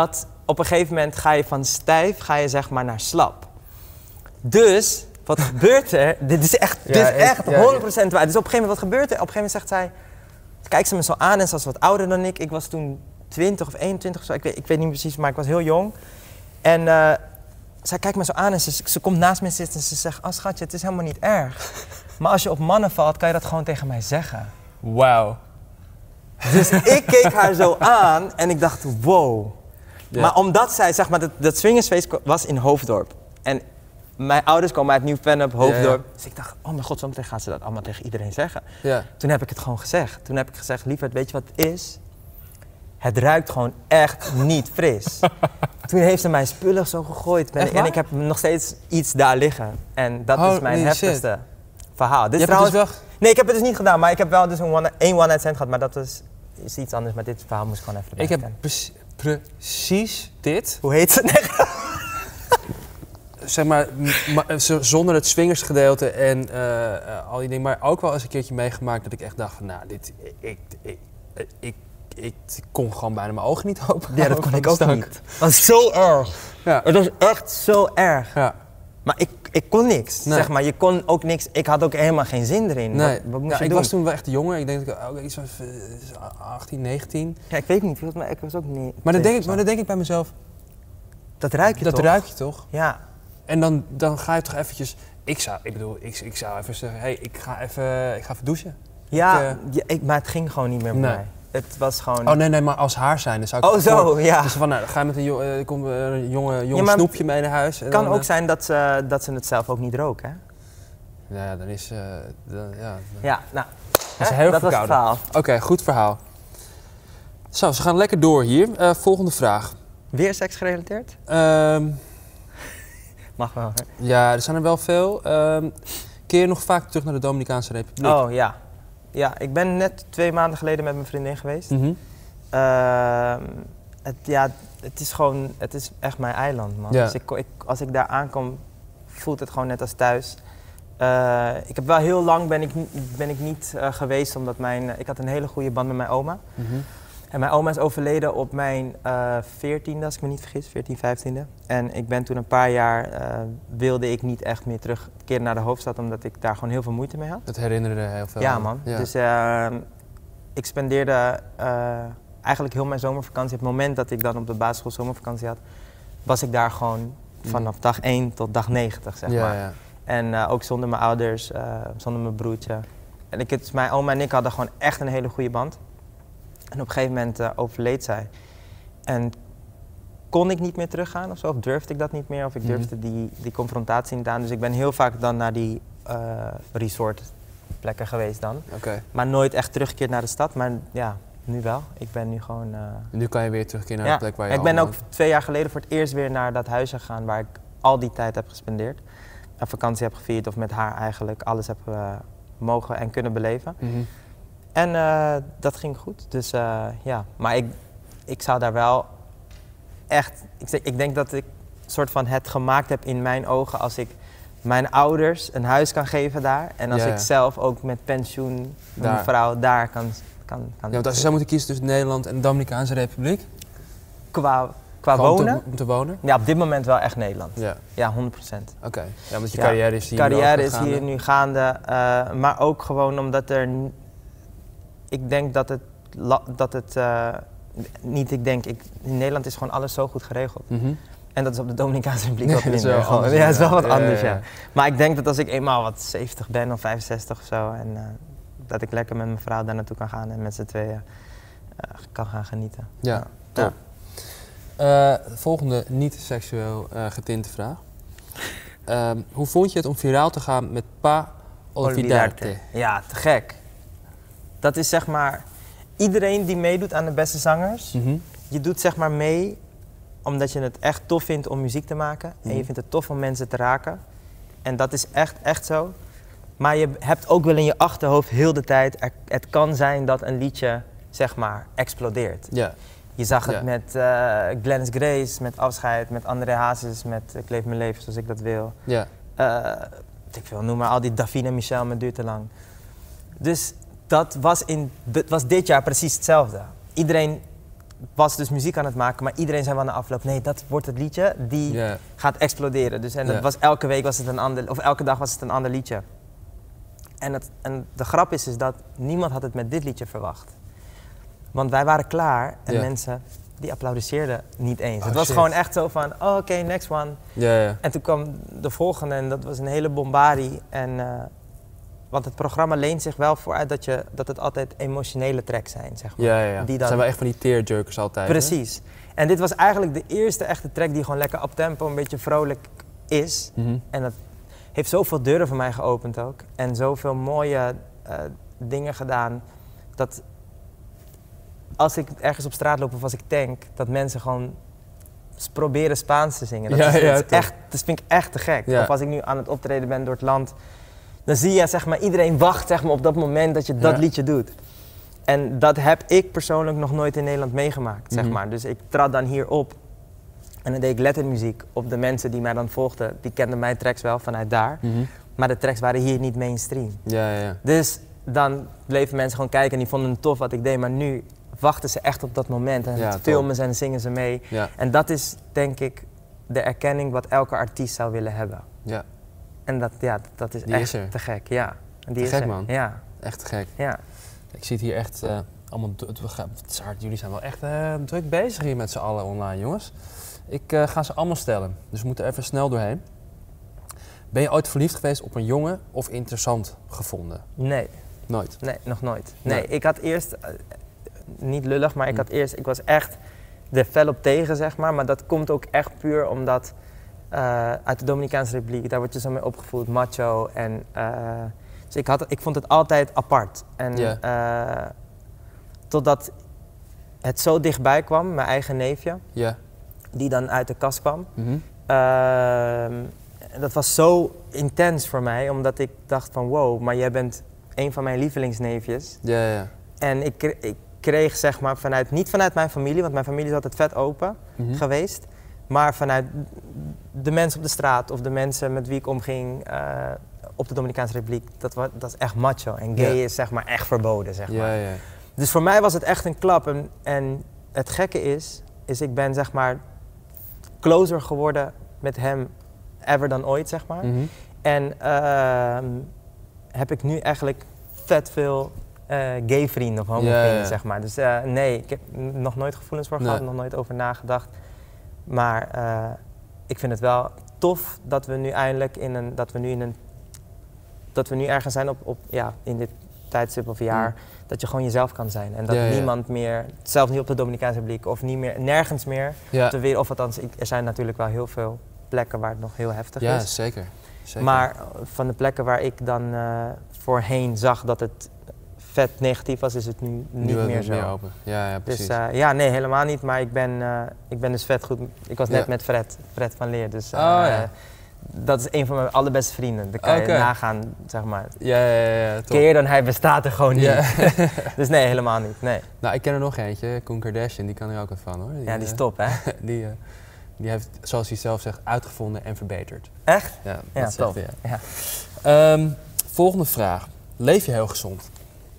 op een gegeven moment ga je van stijf, ga je zeg maar naar slap. Dus, wat gebeurt er? Dit is echt 100% waar. Dus op een gegeven moment, wat gebeurt er? Op een gegeven moment zegt zij, kijkt ze me zo aan en ze was wat ouder dan ik. Ik was toen 20 of 21 of zo, ik weet niet precies, maar ik was heel jong. En zij kijkt me zo aan en ze komt naast me zitten en ze zegt, oh schatje, het is helemaal niet erg. Maar als je op mannen valt, kan je dat gewoon tegen mij zeggen. Wauw. Dus ik keek haar zo aan en ik dacht, wow. Ja. Maar omdat zij, zeg maar, dat swingersfeest was in Hoofddorp. En mijn ouders komen uit Nieuw-Vennep, Hoofddorp. Ja. Dus ik dacht, oh mijn god, zometeen gaan ze dat allemaal tegen iedereen zeggen. Ja. Toen heb ik het gewoon gezegd. Toen heb ik gezegd, lieverd, weet je wat het is? Het ruikt gewoon echt niet fris. Toen heeft ze mijn spullen zo gegooid. En ik heb nog steeds iets daar liggen. En dat is mijn heftigste verhaal. Dit trouwens, het dus wel... Nee, ik heb het dus niet gedaan, maar ik heb wel dus een one-night stand gehad. Maar dat is iets anders. Maar dit verhaal moest ik gewoon even erbij Ik heb precies dit. Hoe heet het? Zeg maar, zonder het swingersgedeelte en al die dingen. Maar ook wel eens een keertje meegemaakt dat ik echt dacht van, nou, dit... Ik kon gewoon bijna mijn ogen niet open. Ja, dat kon ik ook niet. Het was zo erg. Ja. Het was echt zo erg. Ja. Maar ik kon niks. Nee. Zeg maar, je kon ook niks. Ik had ook helemaal geen zin erin. Nee. Wat moest je ik doen? Was toen wel echt jonger. Ik denk dat ik iets was 18, 19. Ja, ik weet niet. Maar ik was ook niet. Maar dan denk ik bij mezelf. Dat ruik je toch? Dat ruik je toch? Ja. En dan ga je toch eventjes. Ik zou even zeggen, hey, ik ga even douchen. Ja, maar het ging gewoon niet meer bij mij. Het was gewoon... Oh nee, maar als haar zijn, dan zou ik... Oh zo, ja. Dus van, nou, dan ga je met een jong snoepje mee naar huis. Het kan ook zijn dat ze het zelf ook niet roken, hè? Ja, dan is... Ja, nou... Dat is heel dat was het verhaal. Oké, goed verhaal. Zo, ze gaan lekker door hier. Volgende vraag. Weer seksgerelateerd? Mag wel, hè? Ja, er zijn er wel veel. Keer je nog vaak terug naar de Dominicaanse Republiek? Oh, ja. Ja, ik ben net 2 maanden geleden met mijn vriendin geweest. Mm-hmm. Het is echt mijn eiland, man. Ja. Dus als ik daar aankom, voelt het gewoon net als thuis. Ik heb wel heel lang ben ik niet geweest, omdat ik had een hele goede band met mijn oma. Mm-hmm. En mijn oma is overleden op mijn 14e, als ik me niet vergis, 14, 15e. En ik ben toen een paar jaar, wilde ik niet echt meer terugkeren naar de hoofdstad, omdat ik daar gewoon heel veel moeite mee had. Dat herinnerde heel veel. Ja, man. Ja. Dus ik spendeerde eigenlijk heel mijn zomervakantie. Het moment dat ik dan op de basisschool zomervakantie had, was ik daar gewoon vanaf dag 1 tot dag 90, zeg maar. Ja. En ook zonder mijn ouders, zonder mijn broertje. En mijn oma en ik hadden gewoon echt een hele goede band. En op een gegeven moment overleed zij. En kon ik niet meer teruggaan of zo, of durfde ik dat niet meer, of ik durfde die confrontatie niet aan. Dus ik ben heel vaak dan naar die resortplekken geweest dan. Okay. Maar nooit echt teruggekeerd naar de stad, maar ja, nu wel. Ik ben nu gewoon... Nu kan je weer terugkeren naar de plek waar je Ik ben ook 2 jaar geleden voor het eerst weer naar dat huis gegaan waar ik al die tijd heb gespendeerd. Een vakantie heb gevierd of met haar eigenlijk alles heb mogen en kunnen beleven. Mm-hmm. En dat ging goed, dus ja. Maar ik zou daar wel echt... Ik denk dat ik soort van het gemaakt heb in mijn ogen als ik mijn ouders een huis kan geven daar. En als ik zelf ook met pensioen, mijn vrouw daar kan ja, want als je zou moeten kiezen tussen Nederland en de Dominicaanse Republiek? Qua wonen? Om te wonen? Ja, op dit moment wel echt Nederland. Ja, 100%. Oké, ja, want je carrière is hier carrière is hier nu gaande. Maar ook gewoon omdat er... Ik denk in Nederland is gewoon alles zo goed geregeld. Mm-hmm. En dat is op de Dominicaanse Republiek wat minder. Ja, het is wel wat anders, ja. Maar ik denk dat als ik eenmaal wat 70 ben of 65 of zo, en dat ik lekker met mijn vrouw daar naartoe kan gaan en met z'n tweeën kan gaan genieten. Ja, top. Volgende niet-seksueel getinte vraag. Hoe vond je het om viraal te gaan met Pa Olvidarte? Ja, te gek. Dat is zeg maar, iedereen die meedoet aan de beste zangers, je doet zeg maar mee omdat je het echt tof vindt om muziek te maken. En je vindt het tof om mensen te raken. En dat is echt zo. Maar je hebt ook wel in je achterhoofd heel de tijd, het kan zijn dat een liedje zeg maar explodeert. Ja. Je zag het met Glennis Grace, met Afscheid, met André Hazes, met Ik leef mijn leven zoals ik dat wil. Ja. Noem maar al die Davina Michel met Duurt te lang. Dus dat was dit jaar precies hetzelfde. Iedereen was dus muziek aan het maken, maar iedereen zei wel na afloop, nee, dat wordt het liedje, die gaat exploderen. Dus en was, elke week was het een ander, of elke dag was het een ander liedje. En de grap is dat niemand had het met dit liedje verwacht. Want wij waren klaar en mensen, die applaudisseerden niet eens. Het was gewoon echt zo van, oh, oké, next one. En toen kwam de volgende en dat was een hele bombardie. Want het programma leent zich wel vooruit dat het altijd emotionele tracks zijn, zeg maar. Ja. Die dan... Het zijn wel echt van die tearjerkers altijd. Precies. Hè? En dit was eigenlijk de eerste echte track die gewoon lekker uptempo, een beetje vrolijk is. En dat heeft zoveel deuren voor mij geopend ook. En zoveel mooie dingen gedaan, dat als ik ergens op straat loop of als ik tank, dat mensen gewoon proberen Spaans te zingen. Dat vind ik echt te gek. Of als ik nu aan het optreden ben door het land, dan zie je, zeg maar, iedereen wacht, zeg maar, op dat moment dat je dat liedje doet. En dat heb ik persoonlijk nog nooit in Nederland meegemaakt, zeg maar. Dus ik trad dan hier op en dan deed ik lettermuziek op de mensen die mij dan volgden. Die kenden mijn tracks wel vanuit daar, maar de tracks waren hier niet mainstream. Dus dan bleven mensen gewoon kijken en die vonden het tof wat ik deed, maar nu wachten ze echt op dat moment en filmen ze en zingen ze mee. En dat is, denk ik, de erkenning wat elke artiest zou willen hebben. En dat is echt te gek, Die is gek, man. Ja. Echt te gek. Ja. Ik zie het hier echt allemaal... Jullie zijn wel echt druk bezig hier met z'n allen online, jongens. Ik ga ze allemaal stellen, dus we moeten even snel doorheen. Ben je ooit verliefd geweest op een jongen of interessant gevonden? Nee. Nooit? Nee, nog nooit. Nee, ik had eerst... niet lullig, maar ik was echt er fel op tegen, zeg maar dat komt ook echt puur omdat uit de Dominicaanse Republiek, daar word je zo mee opgevoed, macho en dus ik vond het altijd apart en totdat het zo dichtbij kwam, mijn eigen neefje, die dan uit de kast kwam. Dat was zo intens voor mij, omdat ik dacht van wow, maar jij bent een van mijn lievelingsneefjes. En ik kreeg, zeg maar, niet vanuit mijn familie, want mijn familie is altijd vet open geweest, maar vanuit de mensen op de straat of de mensen met wie ik omging op de Dominicaanse Republiek. Dat is echt macho en gay is, zeg maar, echt verboden, zeg maar. Dus voor mij was het echt een klap en het gekke is ik ben, zeg maar, closer geworden met hem ever dan ooit, zeg maar. En heb ik nu eigenlijk vet veel gay vrienden of homo vrienden, zeg maar. Dus nee, ik heb nog nooit gevoelens voor gehad, nog nooit over nagedacht. Maar ik vind het wel tof dat we nu eindelijk dat we nu ergens zijn in dit tijdstip of jaar, dat je gewoon jezelf kan zijn. En dat niemand meer, zelfs niet op de Dominicaanse Republiek of niet meer, nergens meer ter wereld, of althans, er zijn natuurlijk wel heel veel plekken waar het nog heel heftig is. Ja, zeker. Maar van de plekken waar ik dan voorheen zag dat het vet negatief was, is het nu niet meer zo. Meer open. Ja, precies. Dus nee, helemaal niet, maar ik ben dus vet goed. Ik was net met Fred van Leer, dus dat is een van mijn allerbeste vrienden. Daar kan je nagaan, zeg maar. Ja, Keer dan hij bestaat er gewoon niet. Dus nee, helemaal niet, nee. Nou, ik ken er nog eentje, Koen Kardashian, die kan er ook wat van, hoor. Die is top, hè? Die heeft, zoals hij zelf zegt, uitgevonden en verbeterd. Echt? Ja, dat top. Volgende vraag. Leef je heel gezond?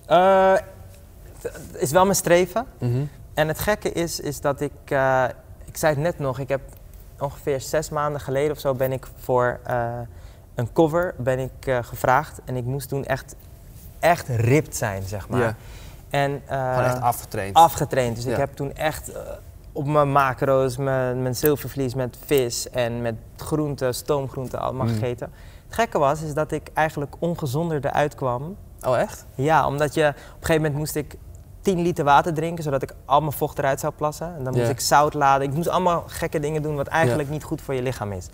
Is wel mijn streven. En het gekke is dat ik zei het net nog, ik heb ongeveer 6 maanden geleden of zo ben ik voor een cover gevraagd. En ik moest toen echt ripped zijn, zeg maar. En, gewoon echt afgetraind? Afgetraind. Dus ik heb toen echt op mijn macro's, mijn zilvervlies met vis en met groenten, stoomgroenten allemaal gegeten. Het gekke was is dat ik eigenlijk ongezonder eruit kwam. Oh, echt? Ja, omdat op een gegeven moment moest ik 10 liter water drinken, zodat ik al mijn vocht eruit zou plassen. En dan moest ik zout laden. Ik moest allemaal gekke dingen doen wat eigenlijk niet goed voor je lichaam is.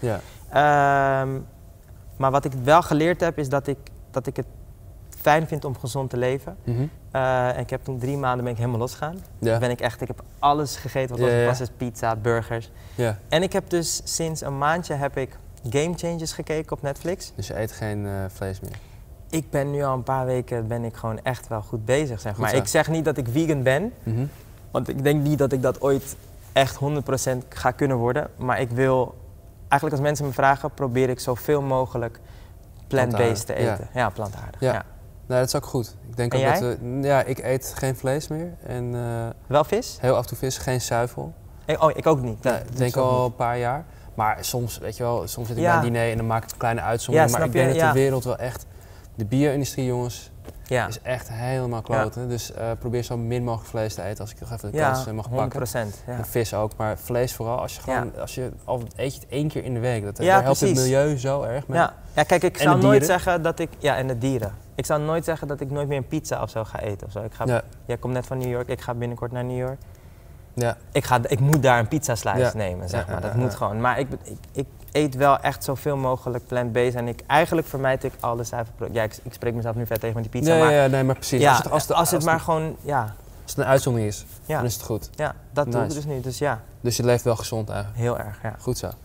Maar wat ik wel geleerd heb, is dat ik het fijn vind om gezond te leven. En ik heb toen 3 maanden ben ik helemaal losgegaan. Ik heb alles gegeten wat was, dus pizza, burgers. En ik heb dus sinds een maandje heb ik Game Changers gekeken op Netflix. Dus je eet geen vlees meer? Ik ben nu al een paar weken gewoon echt wel goed bezig, zeg maar. Ik zeg niet dat ik vegan ben, want ik denk niet dat ik dat ooit echt 100% ga kunnen worden. Maar ik wil, eigenlijk als mensen me vragen, probeer ik zoveel mogelijk plant-based te eten. Ja, plantaardig. Nee, dat is ook goed. Ik denk En ook jij? dat ja, ik eet geen vlees meer. En Wel vis? heel af en toe vis, geen zuivel. Ik ook niet. Nee, Nee, ik denk al een paar jaar. Maar soms, weet je wel, soms zit ik Ja. bij een diner en dan maak ik een kleine uitzondering. Ja, maar ik snap denk je? dat de Ja. wereld wel echt, de bio-industrie jongens, Ja, is echt helemaal kloten. Dus probeer zo min mogelijk vlees te eten als ik nog even de ja, kans mag 100%. pakken. Ja. En vis ook, maar vlees vooral. Als je gewoon, al eet je het 1 keer in de week, dat Ja, daar helpt het precies. milieu zo erg mee. Ja. Ja, kijk, ik En zou de nooit dieren? zeggen dat ik... Ja, en de dieren. Ik zou nooit zeggen dat ik nooit meer een pizza of zo ga eten of zo. Ja. Jij komt net van New York, ik ga binnenkort naar New York. Ja. Ik moet daar een pizzaslice Ja. nemen, zeg Ja, maar. Dat ja, moet ja. gewoon. Maar ik eet wel echt zoveel mogelijk plant-based en eigenlijk vermijd ik alle zuivelproducten. Ja, ik spreek mezelf nu vet tegen met die pizza, maar... Ja, nee, maar precies. Ja, als het maar gewoon... Ja, als het een uitzondering is, ja, dan is het goed. ja dat doe ik Nice. dus nu. Dus ja, Dus je leeft wel gezond eigenlijk. heel erg, ja. Goed zo.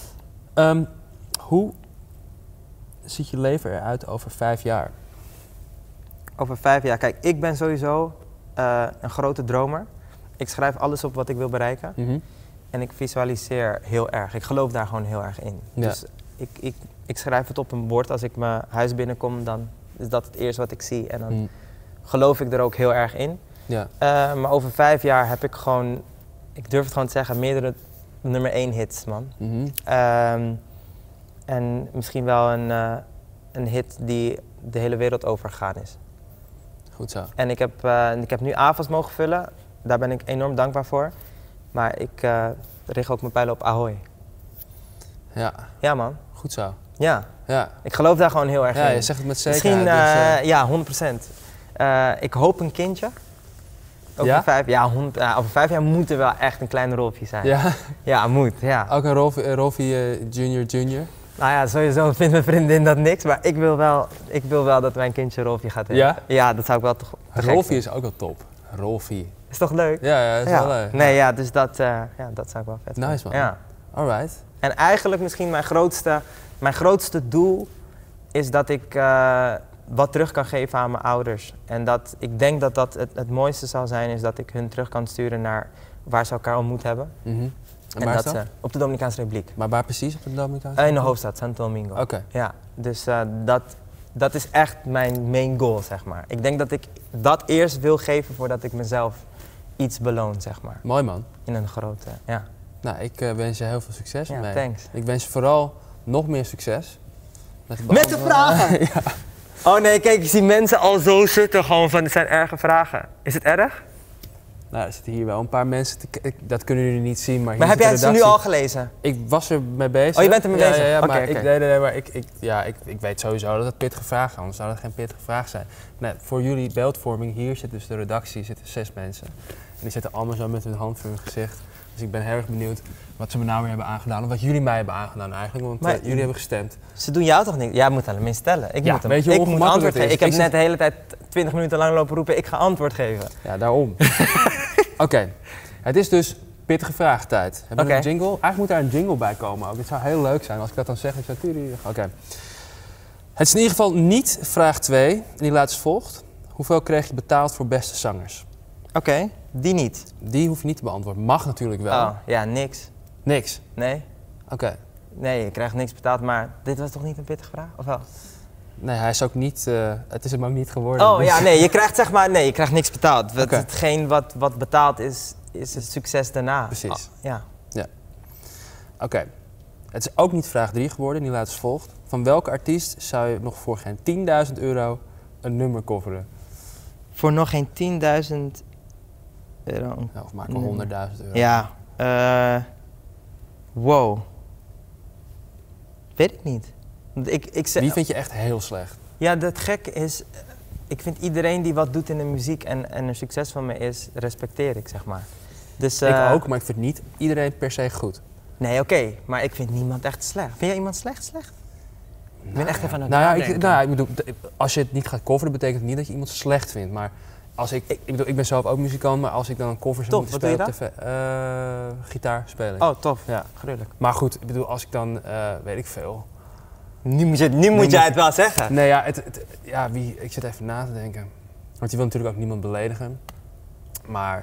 Hoe ziet je leven eruit over 5 jaar? Over 5 jaar. Kijk, ik ben sowieso een grote dromer. Ik schrijf alles op wat ik wil bereiken. En ik visualiseer heel erg. Ik geloof daar gewoon heel erg in. Ja. Dus ik schrijf het op een bord. Als ik mijn huis binnenkom, dan is dat het eerste wat ik zie. En dan geloof ik er ook heel erg in. Ja. Maar over 5 jaar heb ik gewoon, ik durf het gewoon te zeggen, meerdere nummer 1 hits, man. En misschien wel een hit die de hele wereld overgegaan is. Goed zo. En ik heb nu AFAS mogen vullen. Daar ben ik enorm dankbaar voor. Maar ik richt ook mijn pijlen op Ahoy. Ja, Ja, man. goed zo. Ja. Ja, Ik geloof daar gewoon heel erg ja in. je zegt het met zekerheid. Misschien, dus, ja, 100%. Ik hoop een kindje. Over Ja? 5 jaar, over 5 jaar moet er wel echt een klein Rolfje zijn. ja, Ja, moet, ja. ook een Rolfie junior. Nou ja, sowieso vindt mijn vriendin dat niks, maar ik wil wel dat mijn kindje Rolfje gaat hebben. Ja? Ja, dat zou ik wel te gek Rolfie vinden. is ook wel top. Rolfie. Is toch leuk? Ja, dat is wel leuk. Nee, ja, dus dat zou ik wel vet vinden. Nice, man. Ja. Alright. En eigenlijk misschien mijn grootste doel is dat ik wat terug kan geven aan mijn ouders. En ik denk dat het mooiste zal zijn, is dat ik hun terug kan sturen naar waar ze elkaar ontmoet hebben. En waar is dat? Op de Dominicaanse Republiek. Maar waar precies op de Dominicaanse? In de hoofdstad, Santo Domingo. Oké. Ja, dus dat is echt mijn main goal, zeg maar. Ik denk dat ik dat eerst wil geven voordat ik mezelf iets beloon, zeg maar. Mooi man. In een grote, ja. Nou, ik wens je heel veel succes Ja, ermee. thanks. Ik wens je vooral nog meer succes. Met de vragen! Ja. Oh nee, kijk, ik zie mensen al zo zitten gewoon van, dit zijn erge vragen. Is het erg? Nou, er zitten hier wel een paar mensen, dat kunnen jullie niet zien, maar hier Maar heb zit jij de ze nu redactie. al gelezen? Ik was er mee bezig. Oh, je bent er mee bezig? Ja, Oké, maar, oké. maar ik weet sowieso dat het pittige vragen zijn, anders zou dat geen pittige vraag zijn. Nee, voor jullie beeldvorming, hier zit dus de redactie, zitten 6 mensen. En die zitten allemaal zo met hun hand voor hun gezicht. Dus ik ben heel erg benieuwd wat ze me nou weer hebben aangedaan, of wat jullie mij hebben aangedaan eigenlijk, want Maar- jullie hebben gestemd. Ze doen jou toch niet? Jij moet alleen stellen. Ik Ja, moet weet je hoe ik moet ongemakkelijk antwoord het geven. is? Ik heb Ik net zit- de hele tijd 20 minuten lang lopen roepen, ik ga antwoord geven. Ja, daarom. Oké, het is dus pittige vraagtijd. Hebben we Oké. een jingle? Eigenlijk moet daar een jingle bij komen ook. Het zou heel leuk zijn als ik dat dan zeg. Ik zou Oké. Het is in ieder geval niet vraag 2. En die luidt als volgt. Hoeveel kreeg je betaald voor beste zangers? Oké, die niet. Die hoef je niet te beantwoorden. Mag natuurlijk wel. Oh, ja, niks. Niks. Nee? Oké. Nee, je krijgt niks betaald, maar dit was toch niet een pittige vraag? Of wel? Nee, hij is ook niet, het is hem ook niet geworden. Oh dus- ja, nee, je krijgt zeg maar, nee, je krijgt niks betaald. Oké. Hetgeen wat betaald is het succes daarna. Precies. Oh, ja. Oké. Het is ook niet vraag 3 geworden. Die luidt als volgt. Van welke artiest zou je nog voor geen €10.000 een nummer coveren? Voor nog geen €10.000. Nou, of maak maar €100.000. Ja. Wow. Weet ik niet. Want ik zeg, Wie vind je echt heel slecht? ja, het gekke is, ik vind iedereen die wat doet in de muziek en er succes van me is, respecteer ik, zeg maar. Dus, Ik ook, maar ik vind niet iedereen per se goed. Nee, oké, maar ik vind niemand echt slecht. Vind jij iemand slecht? Ik ben echt even aan het Nou ja, nadenken. ik bedoel, als je het niet gaat coveren, betekent het niet dat je iemand slecht vindt. Maar als ik bedoel, ik ben zelf ook muzikant, maar als ik dan een cover zou Top, moeten wat spelen doe op tv, gitaar spelen. Oh, tof. Ja. Gruwelijk. Maar goed, ik bedoel, als ik dan, weet ik veel. Nu moet jij het wel zeggen. Nee, ja, ik zit even na te denken. Want je wil natuurlijk ook niemand beledigen. Maar,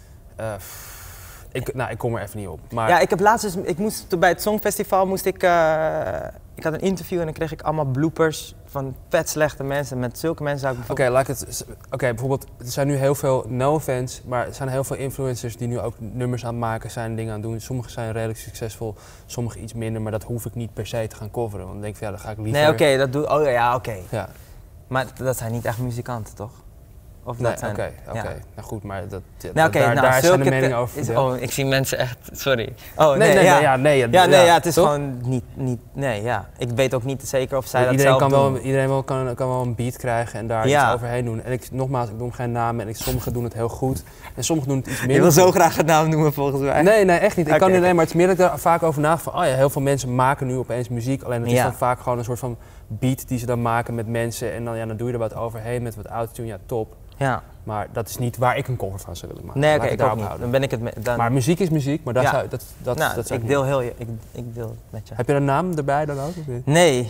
ik kom er even niet op. Maar, Ja, ik heb laatst dus, bij het Songfestival ik had een interview en dan kreeg ik allemaal bloopers van vet slechte mensen. Met zulke mensen zou ik bijvoorbeeld... Oké, bijvoorbeeld, er zijn nu heel veel, no offense, maar er zijn heel veel influencers die nu ook nummers aan het maken zijn, dingen aan het doen. Sommigen zijn redelijk succesvol, sommigen iets minder, maar dat hoef ik niet per se te gaan coveren. Want dan denk ik van, ja, dan ga ik liever... Nee, oké, dat doe... Oh ja, oké. Ja. Maar dat zijn niet echt muzikanten, toch? Of dat Nee, zijn... oké. Nou goed, maar dat, ja, Nou, oké, daar zijn de meningen over verdeeld. Oh, ik zie mensen echt... Sorry. Oh, Nee, het is toch? gewoon niet... Nee, ja. Ik weet ook niet zeker of zij dat Iedereen zelf doen. Iedereen kan wel een beat krijgen en daar iets overheen doen. En nogmaals, ik noem geen namen en sommigen doen het heel goed en sommigen doen het iets minder. Je wil zo graag het naam noemen volgens mij. Nee, echt niet. Ik kan niet alleen, maar het is meer dat ik daar vaak over nadenk van, heel veel mensen maken nu opeens muziek. Alleen het is dan vaak gewoon een soort van beat die ze dan maken met mensen en dan doe je er wat overheen met wat autotune, ja, top. Ja. Maar dat is niet waar ik een cover van zou willen maken. Nee, oké, ik ook niet. Dan ben ik het dan... Maar muziek is muziek, maar dat zou ik deel het met je. Heb je een naam erbij dan ook? Of niet? Nee.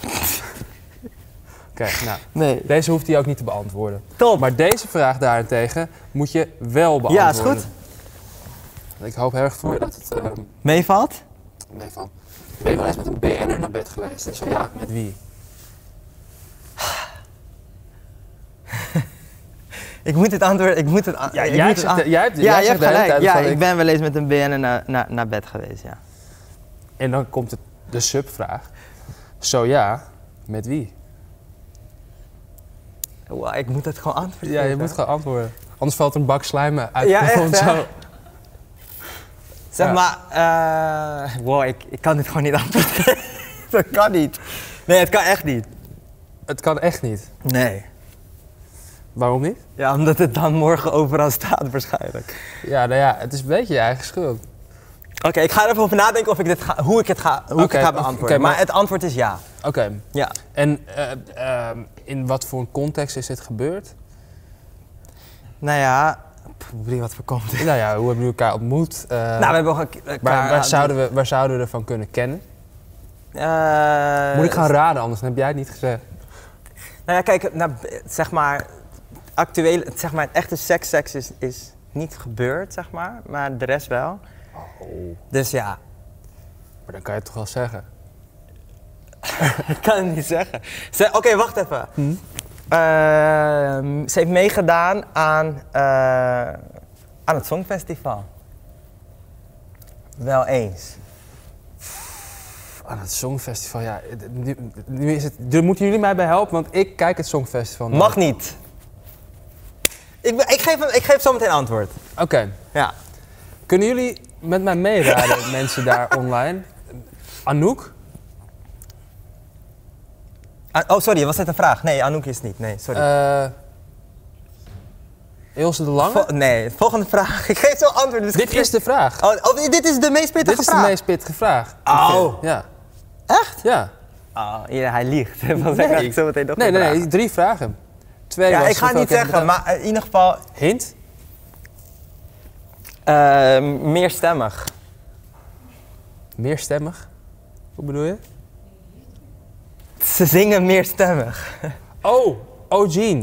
Oké, nou. Deze hoeft hij ook niet te beantwoorden. Top. Maar deze vraag daarentegen moet je wel beantwoorden. Ja, is goed. Ik hoop heel erg voor je dat het... Meevalt? Meevalt. Ben je wel eens met een BN'er naar bed geweest? En zo, ja, met wie? Ik moet het antwoorden. Jij hebt gelijk. Ja, ik ben wel eens met een BN'er naar bed geweest, ja. En dan komt de subvraag. Zo ja, met wie? Wow, ik moet het gewoon antwoorden. Ja, je moet gewoon antwoorden. Anders valt er een bak slijm uit. Ja, echt, zo. Zeg maar, ik kan dit gewoon niet antwoorden. Dat kan niet. Nee, het kan echt niet. Het kan echt niet? Nee. Waarom niet? Ja, omdat het dan morgen overal staat waarschijnlijk. Ja, nou ja, het is een beetje je eigen schuld. Oké, ik ga er even over nadenken of ik hoe ik het ga beantwoorden. Okay, maar het antwoord is ja. Oké. Ja. En in wat voor een context is dit gebeurd? Nou ja, wat voor context? Nou ja, hoe hebben jullie elkaar ontmoet? We hebben waar zouden we ervan kunnen kennen? Moet ik gaan raden, anders dan heb jij het niet gezegd. Nou ja, kijk, zeg maar, het echte seks is niet gebeurd, zeg maar de rest wel. Oh. Dus ja. Maar dan kan je het toch wel zeggen? Ik kan het niet zeggen. Oké, wacht even. Ze heeft meegedaan aan het Songfestival. Wel eens. Aan het Songfestival, ja. Nu is het, daar moeten jullie mij bij helpen, want ik kijk het Songfestival nooit. Mag niet. Ik geef zo meteen antwoord. Oké. Ja. Kunnen jullie met mij meeraden, mensen daar online? Anouk? Sorry, was dit een vraag? Nee, Anouk is het niet. Nee, sorry. Ilse de Lange? Volgende vraag. Ik geef zo antwoord. Dus dit is de vraag. Dit is de meest pittige vraag? Dit is de meest pittige vraag. Oh. Ja. Echt? Ja. Ja, hij liegt. Nee. Zo meteen nog nee, 3 vragen. 2 ja, ik ga het niet zeggen, maar in ieder geval... Hint? Meerstemmig. Meerstemmig? Hoe bedoel je? Ze zingen meerstemmig. Oh, Gene.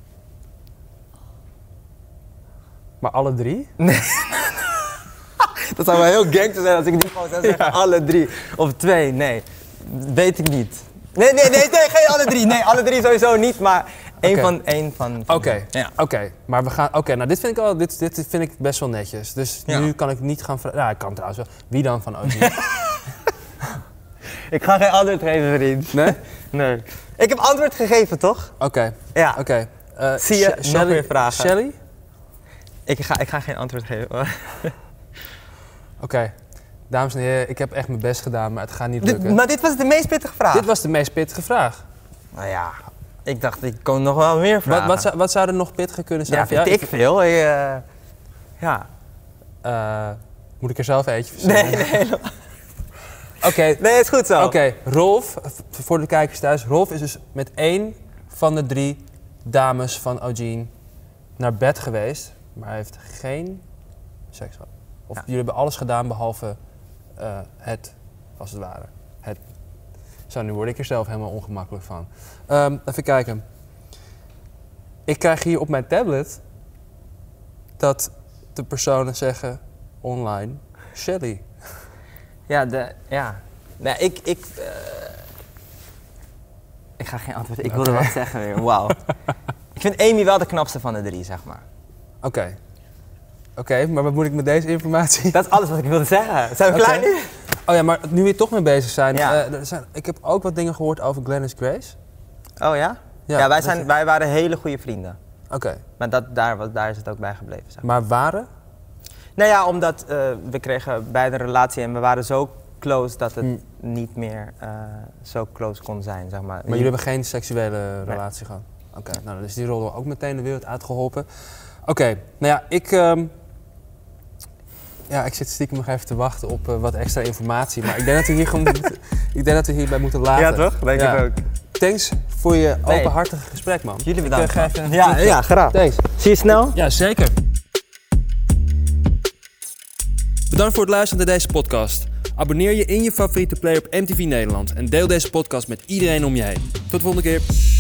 Maar alle 3? Nee. Dat zou wel heel gangster zijn als ik niet gewoon zou zeggen alle 3. Of 2, nee. Weet ik niet. Nee, geen alle 3. Nee, alle 3 sowieso niet, maar één van. Oké. Maar we gaan. Nou dit vind ik best wel netjes. Dus nu kan ik niet gaan vragen. Ja, ik kan trouwens wel. Wie dan van OG? Ik ga geen antwoord geven, vriend. Nee? Nee. Ik heb antwoord gegeven, toch? Oké. Ja. Oké. Zie je nog meer vragen? Shelly? Ik ga geen antwoord geven. Oké. Dames en heren, ik heb echt mijn best gedaan, maar het gaat niet lukken. Maar dit was de meest pittige vraag. Dit was de meest pittige vraag. Nou ja, ik dacht, ik kon nog wel meer vragen. Wat zou er nog pittiger kunnen zijn? Ja, vind ik veel. Moet ik er zelf eentje verzinnen? Nee. Oké. Nee, is goed zo. Oké, Rolf, voor de kijkers thuis. Rolf is dus met 1 van de 3 dames van Eugene naar bed geweest. Maar hij heeft geen seks gehad. Of jullie hebben alles gedaan behalve het, als het ware. Het. Zo, nu word ik er zelf helemaal ongemakkelijk van. Even kijken. Ik krijg hier op mijn tablet dat de personen zeggen online Shelly. Ja, Nee, ik Ik ga geen antwoord. Ik wilde wat zeggen weer. Wauw. Ik vind Amy wel de knapste van de 3, zeg maar. Oké, maar wat moet ik met deze informatie? Dat is alles wat ik wilde zeggen. Zijn we klaar nu? Oh ja, maar nu we hier toch mee bezig zijn. Ja. Ik heb ook wat dingen gehoord over Glennis Grace. Oh ja? Ja, wij waren hele goede vrienden. Oké. Maar daar is het ook bij gebleven. Zeg Maar waren? Nou ja, omdat we kregen beide een relatie en we waren zo close dat het niet meer zo close kon zijn, zeg maar. Maar jullie hebben geen seksuele relatie gehad? Oké, nou dan is die rol ook meteen de wereld uitgeholpen. Oké, nou ja, ik zit stiekem nog even te wachten op wat extra informatie, maar ik denk dat we hierbij moeten laten. Ja toch? Denk ik ook. Thanks voor je openhartige gesprek, man. Jullie bedankt. Ja, graag. Thanks. Zie je snel? Ja, zeker. Bedankt voor het luisteren naar deze podcast. Abonneer je in je favoriete player op MTV Nederland en deel deze podcast met iedereen om je heen. Tot de volgende keer.